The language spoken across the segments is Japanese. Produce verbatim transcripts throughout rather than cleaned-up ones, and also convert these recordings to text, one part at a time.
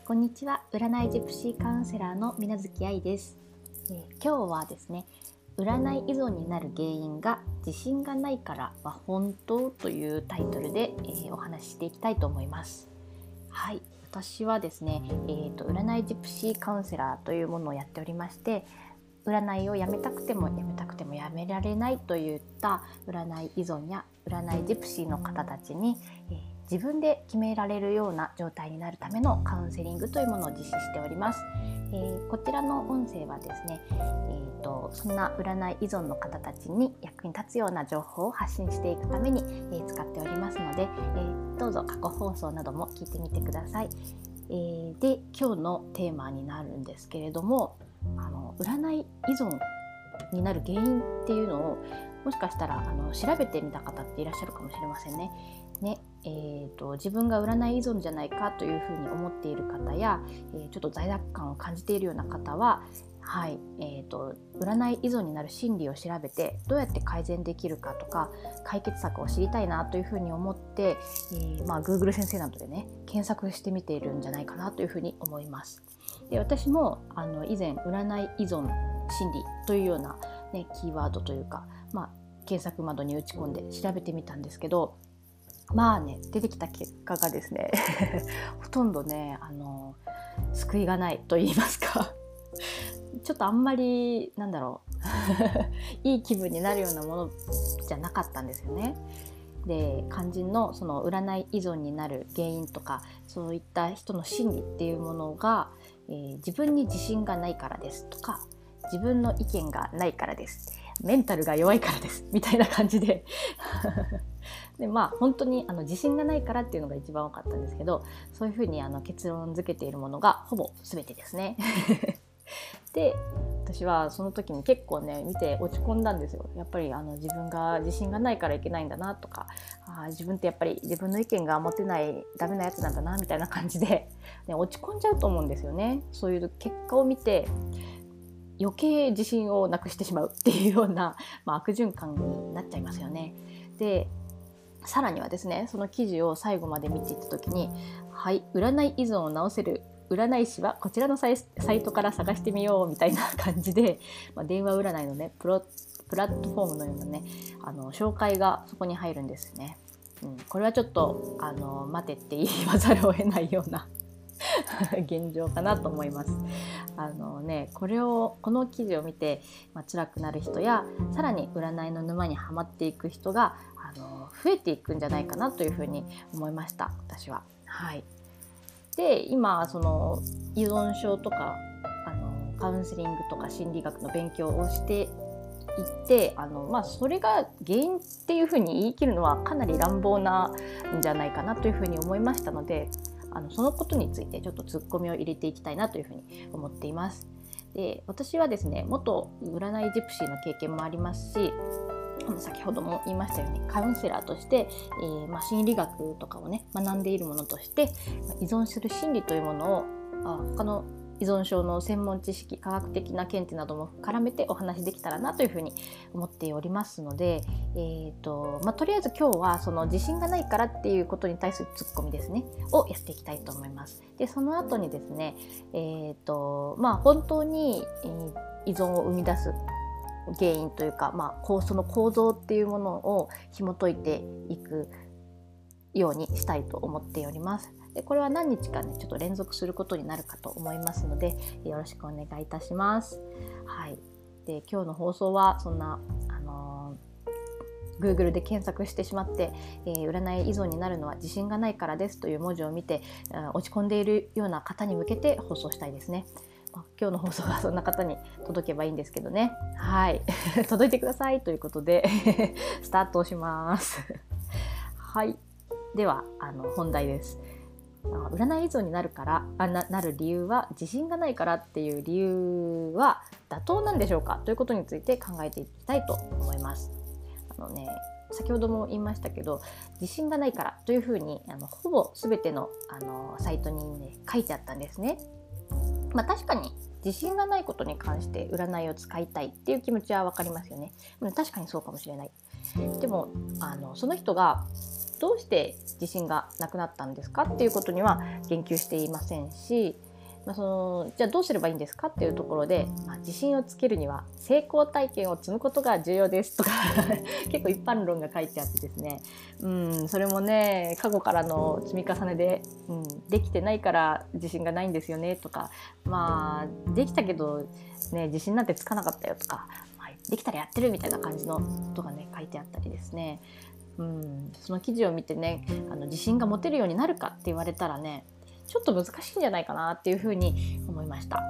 こんにちは。占いジプシーカウンセラーの水無月愛です。えー、今日はですね、占い依存になる原因が自信がないからは本当というタイトルで、えー、お話ししていきたいと思います。はい、私はですね、えーと、占いジプシーカウンセラーというものをやっておりまして、占いをやめたくてもやめたくてもやめられないといった占い依存や占いジプシーの方たちに、えー自分で決められるような状態になるためのカウンセリングというものを実施しております。えー、こちらの音声はですね、えーと、そんな占い依存の方たちに役に立つような情報を発信していくために、えー、使っておりますので、えー、どうぞ過去放送なども聞いてみてください。えー、で、今日のテーマになるんですけれども、あの占い依存になる原因っていうのをもしかしたらあの調べてみた方っていらっしゃるかもしれませんね。ねえー、と自分が占い依存じゃないかというふうに思っている方や、えー、ちょっと罪悪感を感じているような方は、はいえー、と占い依存になる心理を調べてどうやって改善できるかとか解決策を知りたいなというふうに思って、えーまあ、Google 先生などでね検索してみているんじゃないかなというふうに思います。で、私もあの以前占い依存心理というような、ね、キーワードというか、まあ、検索窓に打ち込んで調べてみたんですけど、まあね出てきた結果がですねほとんどねあの救いがないと言いますかちょっとあんまりなんだろういい気分になるようなものじゃなかったんですよね。で、肝心のその占い依存になる原因とかそういった人の心理っていうものが、えー、自分に自信がないからですとか自分の意見がないからですメンタルが弱いからですみたいな感じでで、まあ本当にあの自信がないからっていうのが一番多かったんですけど、そういうふうにあの結論付けているものがほぼ全てですねで、私はその時に結構ね見て落ち込んだんですよ。やっぱりあの自分が自信がないからいけないんだなとか、あ自分ってやっぱり自分の意見が持てないダメなやつなんだなみたいな感じで、ね、落ち込んじゃうと思うんですよね。そういう結果を見て余計自信をなくしてしまうっていうような、まあ、悪循環になっちゃいますよね。で、さらにはですね、その記事を最後まで見ていった時に、はい、占い依存を治せる占い師はこちらのサイ、サイトから探してみようみたいな感じで、まあ、電話占いのねプロプラットフォームのようなねあの紹介がそこに入るんですね。うん、これはちょっとあの待てって言わざるを得ないような現状かなと思います。あのね、これをこの記事を見て、まあ、辛くなる人やさらに占いの沼にはまっていく人があの増えていくんじゃないかなというふうに思いました、私は。はい、で、今その依存症とかあのカウンセリングとか心理学の勉強をしていってあの、まあ、それが原因っていうふうに言い切るのはかなり乱暴なんじゃないかなというふうに思いましたので、あのそのことについてちょっとツッコミを入れていきたいなというふうに思っています。で、私はですね元占いジプシーの経験もありますし、先ほども言いましたようにカウンセラーとして、えーまあ、心理学とかをね学んでいるものとして依存する心理というものをあ他の依存症の専門知識科学的な見地なども絡めてお話しできたらなというふうに思っておりますので、えーとまあ、とりあえず今日はその自信がないからっていうことに対するツッコミですねをやっていきたいと思います。で、その後にですね、えーとまあ、本当に依存を生み出す原因というか、まあ、その構造っていうものを紐解いていくようにしたいと思っております。で、これは何日かねちょっと連続することになるかと思いますのでよろしくお願いいたします。はい、で、今日の放送はそんなあのー、Google で検索してしまって、えー、占い依存になるのは自信がないからですという文字を見て落ち込んでいるような方に向けて放送したいですね。今日の放送がそんな方に届けばいいんですけどね。はい届いてくださいということでスタートしますはい、ではあの本題です。占い依存になるからあ な, なる理由は自信がないからっていう理由は妥当なんでしょうかということについて考えていきたいと思います。あのね、先ほども言いましたけど自信がないからというふうにあのほぼ全てのあのサイトに、ね、書いてあったんですね。まあ、確かに自信がないことに関して占いを使いたいっていう気持ちは分かりますよね。確かにそうかもしれない。でもあのその人がどうして自信がなくなったんですかっていうことには言及していませんし、まあ、そのじゃあどうすればいいんですかっていうところで、まあ、自信をつけるには成功体験を積むことが重要ですとか結構一般論が書いてあってですね、うん、それもね過去からの積み重ねで、うん、できてないから自信がないんですよねとか、まあできたけど、ね、自信なんてつかなかったよとか、まあ、できたらやってるみたいな感じのことがね書いてあったりですね、うん、その記事を見てねあの自信が持てるようになるかって言われたらねちょっと難しいんじゃないかなっていうふうに思いました。はい、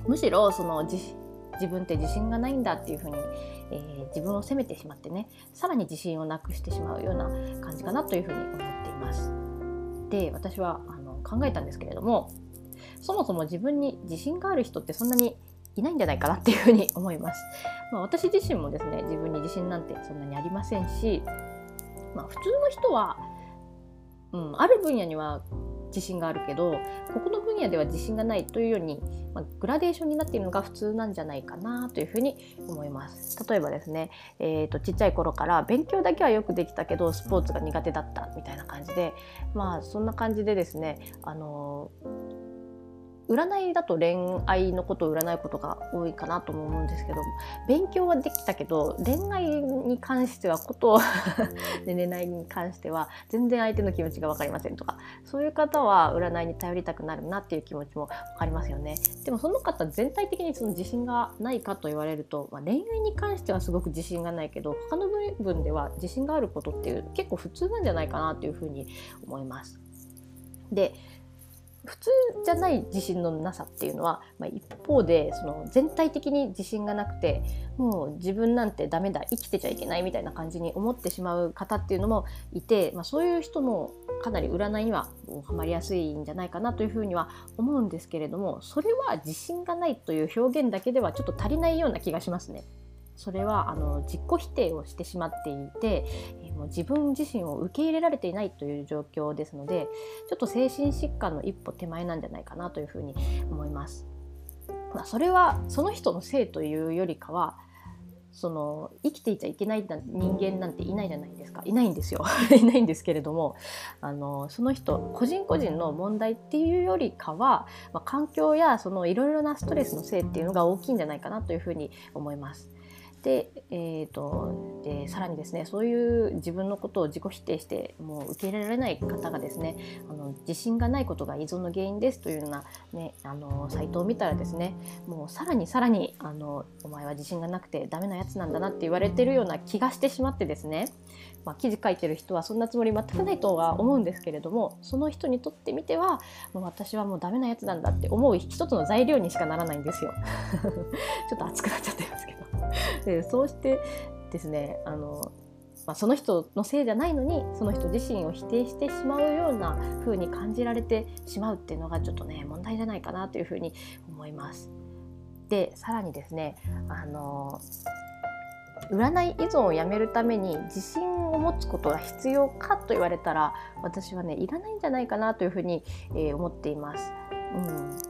むしろその 自, 自分って自信がないんだっていうふうに、えー、自分を責めてしまってねさらに自信をなくしてしまうような感じかなというふうに思っています。で、私はあの考えたんですけれども、そもそも自分に自信がある人ってそんなにいないんじゃないかなっていうふうに思います。まあ、私自身もですね自分に自信なんてそんなにありませんし、まあ、普通の人はうん、ある分野には自信があるけどここの分野では自信がないというように、まあ、グラデーションになっているのが普通なんじゃないかなというふうに思います。例えばですね、えーと、ちっちゃい頃から勉強だけはよくできたけどスポーツが苦手だったみたいな感じで、まあそんな感じでですね、あのー占いだと恋愛のことを占うことが多いかなとも思うんですけど、勉強はできたけど恋愛に関してはことで恋愛に関しては全然相手の気持ちが分かりませんとか、そういう方は占いに頼りたくなるなっていう気持ちも分かりますよね。でもその方全体的にその自信がないかと言われると、まあ、恋愛に関してはすごく自信がないけど他の部分では自信があることっていう結構普通なんじゃないかなというふうに思います。で、普通じゃない自信のなさっていうのは、まあ、一方でその全体的に自信がなくてもう自分なんてダメだ生きてちゃいけないみたいな感じに思ってしまう方っていうのもいて、まあ、そういう人もかなり占いにはハマりやすいんじゃないかなというふうには思うんですけれども、それは自信がないという表現だけではちょっと足りないような気がしますね。それはあの自己否定をしてしまっていて、えーもう自分自身を受け入れられていないという状況ですので、ちょっと精神疾患の一歩手前なんじゃないかなというふうに思います。まあ、それはその人のせいというよりかは、その生きていちゃいけない人間なんていないじゃないですか。いないんですよいないんですけれども、あのその人個人個人の問題っていうよりかは、まあ、環境やそのいろいろなストレスのせいっていうのが大きいんじゃないかなというふうに思います。で、えーと、でさらにですね、そういう自分のことを自己否定してもう受け入れられない方がですね、あの自信がないことが依存の原因ですというような、ね、あのサイトを見たらですね、もうさらにさらにあのお前は自信がなくてダメなやつなんだなって言われてるような気がしてしまってですね、まあ、記事書いてる人はそんなつもり全くないとは思うんですけれども、その人にとってみてはもう私はもうダメなやつなんだって思う一つの材料にしかならないんですよちょっと熱くなっちゃってますけどでそうしてですね、あの、まあ、その人のせいじゃないのにその人自身を否定してしまうような風に感じられてしまうっていうのがちょっとね問題じゃないかなというふうに思います。でさらにですね、あの占い依存をやめるために自信を持つことが必要かと言われたら、私はねいらないんじゃないかなというふうに、えー、思っています。うん、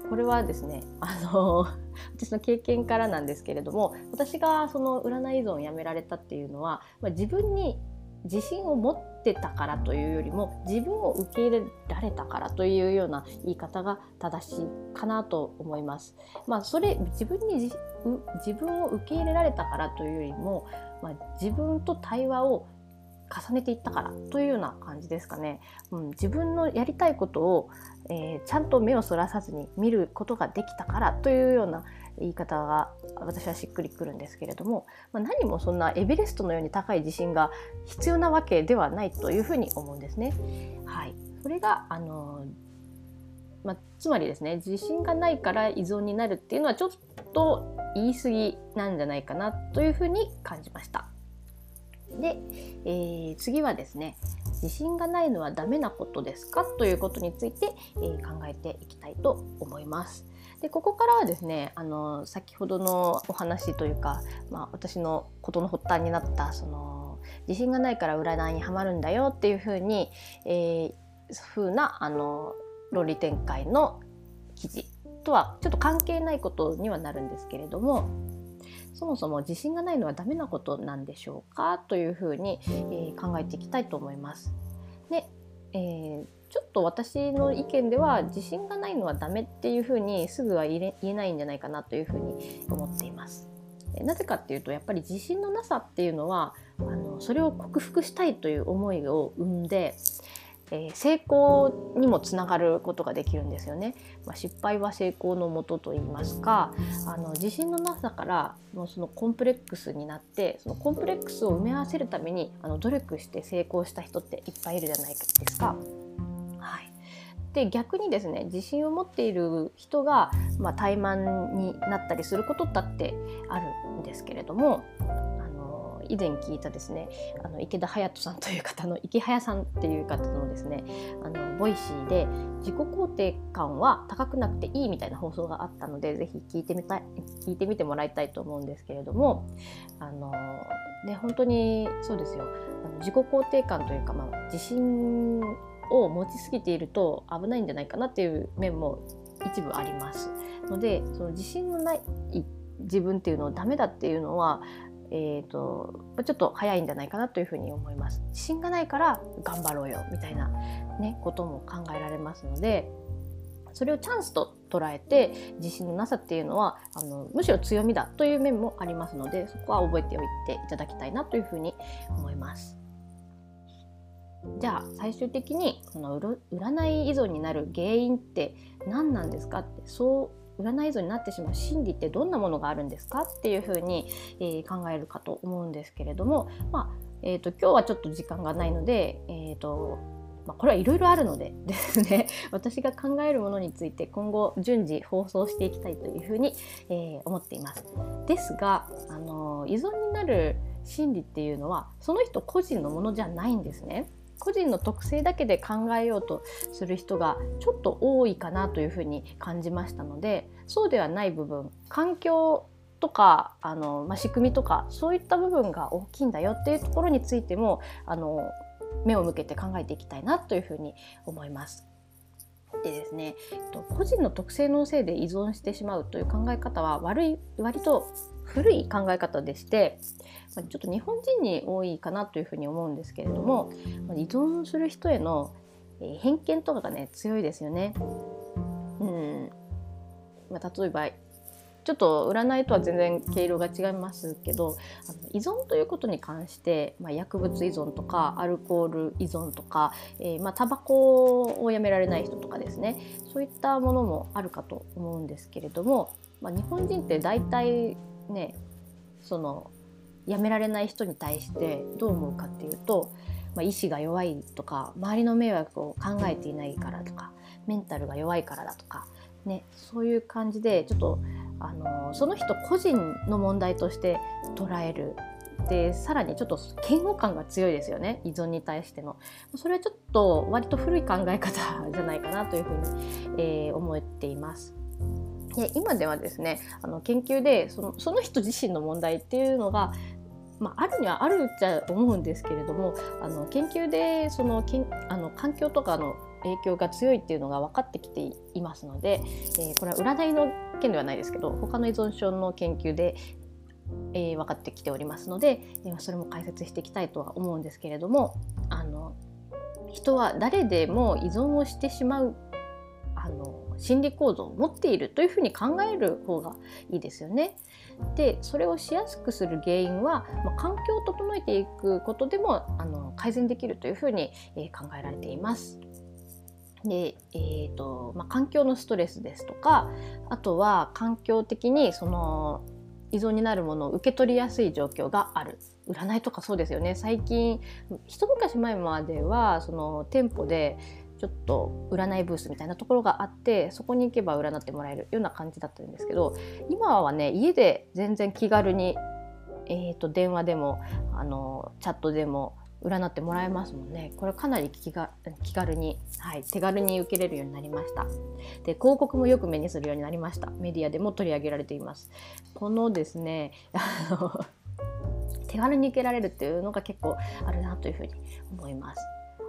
これはですね、あの私の経験からなんですけれども、私がその占い依存をやめられたっていうのは、まあ、自分に自信を持ってたからというよりも自分を受け入れられたからというような言い方が正しいかなと思います。まあ、それ自分に自, 自分を受け入れられたからというよりも、まあ、自分と対話を重ねていったからというような感じですかね。うん、自分のやりたいことを、えー、ちゃんと目をそらさずに見ることができたからというような言い方が私はしっくりくるんですけれども、まあ、何もそんなエベレストのように高い自信が必要なわけではないというふうに思うんですね。はい、それがあの、まあ、つまりですね、自信がないから依存になるっていうのはちょっと言い過ぎなんじゃないかなというふうに感じました。で、えー、次はですね、自信がないのはダメなことですかということについて、えー、考えていきたいと思います。でここからはですね、あの先ほどのお話というか、まあ、私のことの発端になったその自信がないから占いにはまるんだよっていうふうに、えー、風なあの論理展開の記事とはちょっと関係ないことにはなるんですけれども、 そもそも自信がないのはダメなことなんでしょうかというふうに、えー、考えていきたいと思います。で、えー、ちょっと私の意見では自信がないのはダメっていうふうにすぐは言え、言えないんじゃないかなというふうに思っています。なぜかっていうとやっぱり自信のなさっていうのはあのそれを克服したいという思いを生んで、えー、成功にもつながることができるんですよね。まあ、失敗は成功のもとといいますか、あの自信のなさからもうそのコンプレックスになって、そのコンプレックスを埋め合わせるためにあの努力して成功した人っていっぱいいるじゃないですか。はい、で逆にですね、自信を持っている人が、まあ、怠慢になったりすることだってあるんですけれども、以前聞いたですね、あの池田隼人さんという方の池早さんっていう方のですね、あのボイシーで自己肯定感は高くなくていいみたいな放送があったので、ぜひ聞いてみたい聞いてみてもらいたいと思うんですけれども、あの、ね、本当にそうですよ。あの自己肯定感というか、まあ、自信を持ちすぎていると危ないんじゃないかなっていう面も一部ありますので、その自信のない自分っていうのをダメだっていうのはえーと、ちょっと早いんじゃないかなというふうに思います。自信がないから頑張ろうよみたいな、ね、ことも考えられますので、それをチャンスと捉えて自信のなさっていうのはあのむしろ強みだという面もありますので、そこは覚えておいていただきたいなというふうに思います。じゃあ最終的にこの占い依存になる原因って何なんですかって、そう占い依存になってしまう心理ってどんなものがあるんですかっていうふうに、えー、考えるかと思うんですけれども、まあえーと、今日はちょっと時間がないので、えーとまあ、これはいろいろあるのでですね、私が考えるものについて今後順次放送していきたいというふうに、えー、思っています。ですが、あの依存になる心理っていうのはその人個人のものじゃないんですね。個人の特性だけで考えようとする人がちょっと多いかなというふうに感じましたので、そうではない部分、環境とかあの、まあ、仕組みとかそういった部分が大きいんだよっていうところについてもあの目を向けて考えていきたいなというふうに思います。でですね、個人の特性のせいで依存してしまうという考え方は悪い割と古い考え方でして、ちょっと日本人に多いかなというふうに思うんですけれども、依存する人への偏見とかがね強いですよね。うんまあ、例えばちょっと占いとは全然毛色が違いますけど、あの依存ということに関して、まあ、薬物依存とかアルコール依存とか、えーまあ、タバコをやめられない人とかですね、そういったものもあるかと思うんですけれども、まあ、日本人って大体ね、そのやめられない人に対してどう思うかっていうと、まあ、意志が弱いとか、周りの迷惑を考えていないからとか、メンタルが弱いからだとか、ね、そういう感じでちょっとあのその人個人の問題として捉える。でさらにちょっと嫌悪感が強いですよね、依存に対しての。それはちょっと割と古い考え方じゃないかなというふうに、えー、思っています。で今ではですね、あの研究でその、その人自身の問題っていうのが、まあ、あるにはあるっちゃ思うんですけれども、あの研究でそのけんあの環境とかの影響が強いっていうのが分かってきていますので、えー、これは占いの件ではないですけど、他の依存症の研究で、えー、分かってきておりますので、えー、それも解説していきたいとは思うんですけれども、あの人は誰でも依存をしてしまうあの心理構造を持っているというふうに考える方がいいですよね。でそれをしやすくする原因は、まあ、環境を整えていくことでもあの改善できるというふうに、えー、考えられています。でえーとまあ、環境のストレスですとか、あとは環境的にその依存になるものを受け取りやすい状況がある。占いとかそうですよね。最近一昔前まではその店舗でちょっと占いブースみたいなところがあって、そこに行けば占ってもらえるような感じだったんですけど、今はね家で全然気軽に、えーと電話でもあのチャットでも占ってもらえますもんね。これかなり気が気軽に、はい、手軽に受けれるようになりました。で広告もよく目にするようになりました。メディアでも取り上げられています。このですねあの手軽に受けられるっていうのが結構あるなというふうに思います。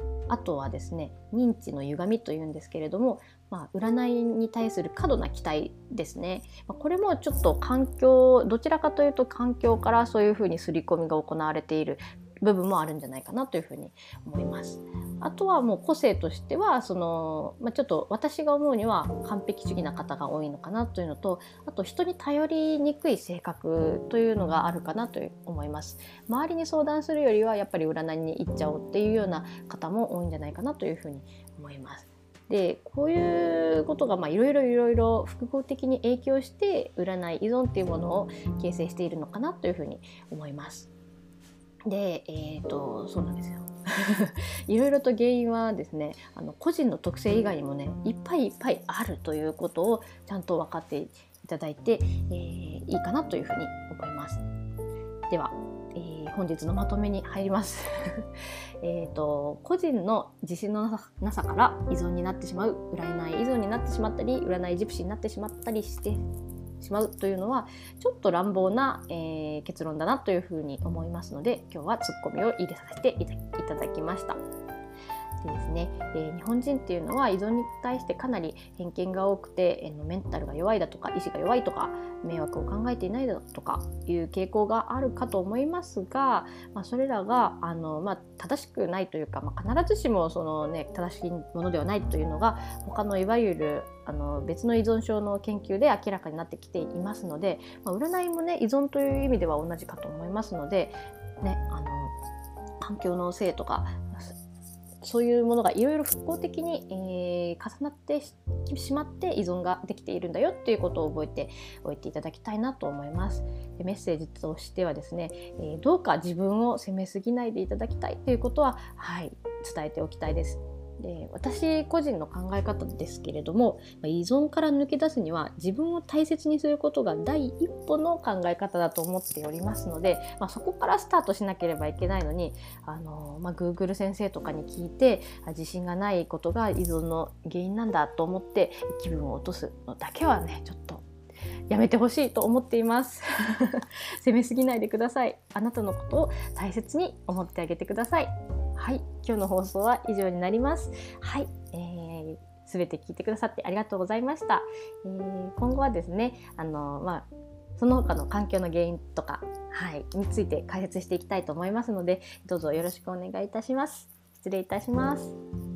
あとはですね、認知の歪みというんですけれども、まあ、占いに対する過度な期待ですね。これもちょっと環境、どちらかというと環境からそういうふうに刷り込みが行われている部分もあるんじゃないかなというふうに思います。あとはもう個性としてはその、まあ、ちょっと私が思うには完璧主義な方が多いのかなというのと、あと人に頼りにくい性格というのがあるかなと思います。周りに相談するよりはやっぱり占いに行っちゃおうっていうような方も多いんじゃないかなというふうに思います。でこういうことがいろいろいろいろ複合的に影響して占い依存っていうものを形成しているのかなというふうに思います。で、えーと、そうなんですよいろいろと原因はですね、あの個人の特性以外にもね、いっぱいいっぱいあるということをちゃんと分かっていただいて、えー、いいかなというふうに思います。では、えー、本日のまとめに入りますえと個人の自信のなさから依存になってしまう、占い依存になってしまったり、占いジプシーになってしまったりしてしまうというのはちょっと乱暴な、えー、結論だなというふうに思いますので、今日はツッコミを入れさせていただきました。でですね、えー、日本人っていうのは依存に対してかなり偏見が多くて、えー、メンタルが弱いだとか意志が弱いとか迷惑を考えていないだとかいう傾向があるかと思いますが、まあ、それらがあの、まあ、正しくないというか、まあ、必ずしもその、ね、正しいものではないというのが他のいわゆるあの別の依存症の研究で明らかになってきていますので、まあ、占いもね依存という意味では同じかと思いますので、ね、あの環境のせいとかそういうものがいろいろ複合的に、えー、重なってしまって依存ができているんだよっていうことを覚えておいていただきたいなと思います。でメッセージとしてはですね、えー、どうか自分を責めすぎないでいただきたいということは、はい、伝えておきたいです。で私個人の考え方ですけれども、依存から抜け出すには自分を大切にすることが第一歩の考え方だと思っておりますので、まあ、そこからスタートしなければいけないのにあの、まあ、Google 先生とかに聞いて自信がないことが依存の原因なんだと思って気分を落とすのだけはね、ちょっとやめてほしいと思っています責めすぎないでください。あなたのことを大切に思ってあげてください。はい、今日の放送は以上になります。はい、えー、全て聞いてくださってありがとうございました。えー、今後はですね、あのまあその他の環境の原因とか、はい、について解説していきたいと思いますので、どうぞよろしくお願いいたします。失礼いたします。